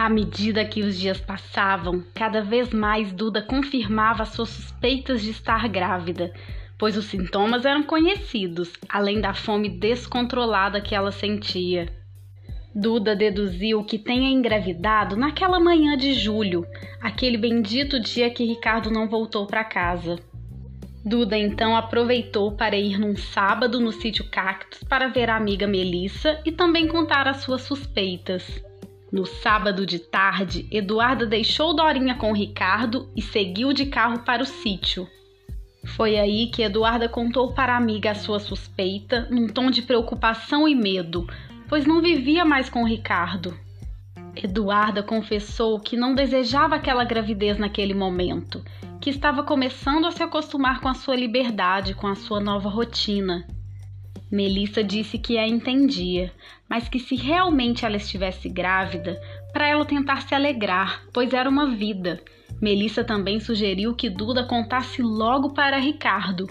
À medida que os dias passavam, cada vez mais Duda confirmava suas suspeitas de estar grávida, pois os sintomas eram conhecidos, além da fome descontrolada que ela sentia. Duda deduziu que tenha engravidado naquela manhã de julho, aquele bendito dia que Ricardo não voltou para casa. Duda então aproveitou para ir num sábado no sítio Cactos para ver a amiga Melissa e também contar as suas suspeitas. No sábado de tarde, Eduarda deixou Dorinha com Ricardo e seguiu de carro para o sítio. Foi aí que Eduarda contou para a amiga a sua suspeita, num tom de preocupação e medo, pois não vivia mais com Ricardo. Eduarda confessou que não desejava aquela gravidez naquele momento, que estava começando a se acostumar com a sua liberdade, com a sua nova rotina. Melissa disse que a entendia, mas que se realmente ela estivesse grávida, para ela tentar se alegrar, pois era uma vida. Melissa também sugeriu que Duda contasse logo para Ricardo.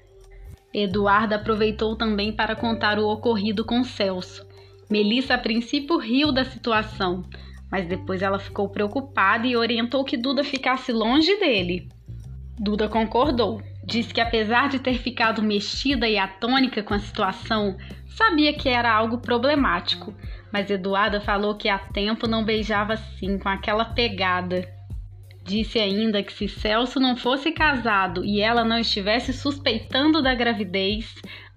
Eduarda aproveitou também para contar o ocorrido com Celso. Melissa a princípio riu da situação, mas depois ela ficou preocupada e orientou que Duda ficasse longe dele. Duda concordou. Disse que apesar de ter ficado mexida e atônica com a situação, sabia que era algo problemático, mas Eduarda falou que há tempo não beijava assim, com aquela pegada. Disse ainda que se Celso não fosse casado e ela não estivesse suspeitando da gravidez,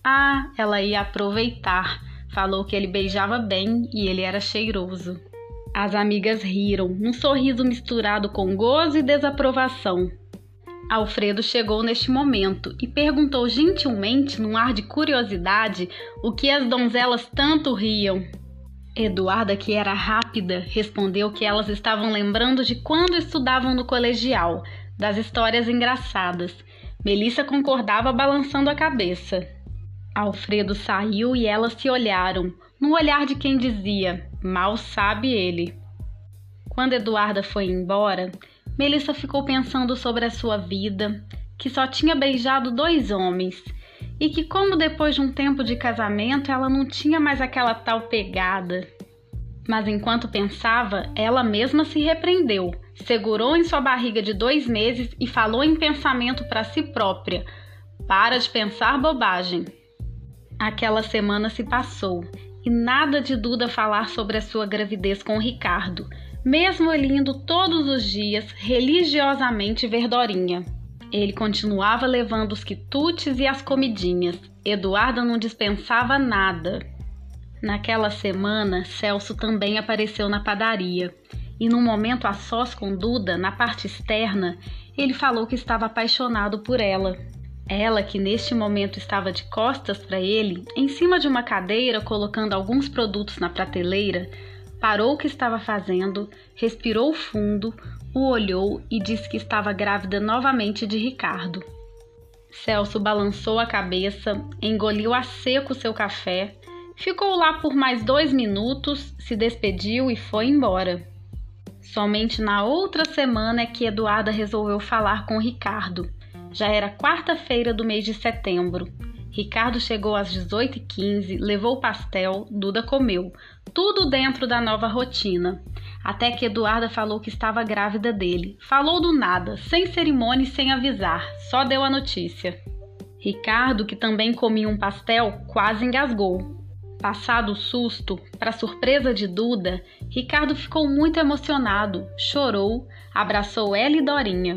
ela ia aproveitar. Falou que ele beijava bem e ele era cheiroso. As amigas riram, um sorriso misturado com gozo e desaprovação. Alfredo chegou neste momento e perguntou gentilmente, num ar de curiosidade, o que as donzelas tanto riam. Eduarda, que era rápida, respondeu que elas estavam lembrando de quando estudavam no colegial, das histórias engraçadas. Melissa concordava balançando a cabeça. Alfredo saiu e elas se olharam, no olhar de quem dizia, mal sabe ele. Quando Eduarda foi embora, Melissa ficou pensando sobre a sua vida, que só tinha beijado 2 homens, e que como depois de um tempo de casamento ela não tinha mais aquela tal pegada. Mas enquanto pensava, ela mesma se repreendeu, segurou em sua barriga de 2 meses e falou em pensamento para si própria, para de pensar bobagem. Aquela semana se passou, e nada de Duda falar sobre a sua gravidez com Ricardo, mesmo ele indo todos os dias religiosamente ver Dorinha. Ele continuava levando os quitutes e as comidinhas. Eduarda não dispensava nada. Naquela semana, Celso também apareceu na padaria. E num momento a sós com Duda, na parte externa, ele falou que estava apaixonado por ela. Ela, que neste momento estava de costas para ele, em cima de uma cadeira, colocando alguns produtos na prateleira, parou o que estava fazendo, respirou fundo, o olhou e disse que estava grávida novamente de Ricardo. Celso balançou a cabeça, engoliu a seco seu café, ficou lá por mais 2 minutos, se despediu e foi embora. Somente na outra semana é que Eduarda resolveu falar com Ricardo. Já era quarta-feira do mês de setembro. Ricardo chegou às 18h15, levou o pastel, Duda comeu, tudo dentro da nova rotina. Até que Eduarda falou que estava grávida dele. Falou do nada, sem cerimônia e sem avisar, só deu a notícia. Ricardo, que também comia um pastel, quase engasgou. Passado o susto, para surpresa de Duda, Ricardo ficou muito emocionado, chorou, abraçou ela e Dorinha.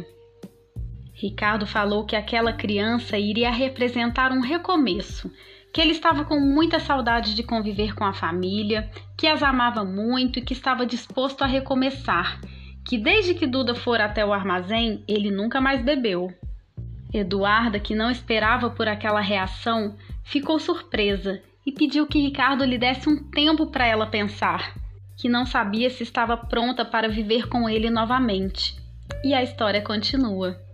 Ricardo falou que aquela criança iria representar um recomeço, que ele estava com muita saudade de conviver com a família, que as amava muito e que estava disposto a recomeçar, que desde que Duda fora até o armazém, ele nunca mais bebeu. Eduarda, que não esperava por aquela reação, ficou surpresa e pediu que Ricardo lhe desse um tempo para ela pensar, que não sabia se estava pronta para viver com ele novamente. E a história continua.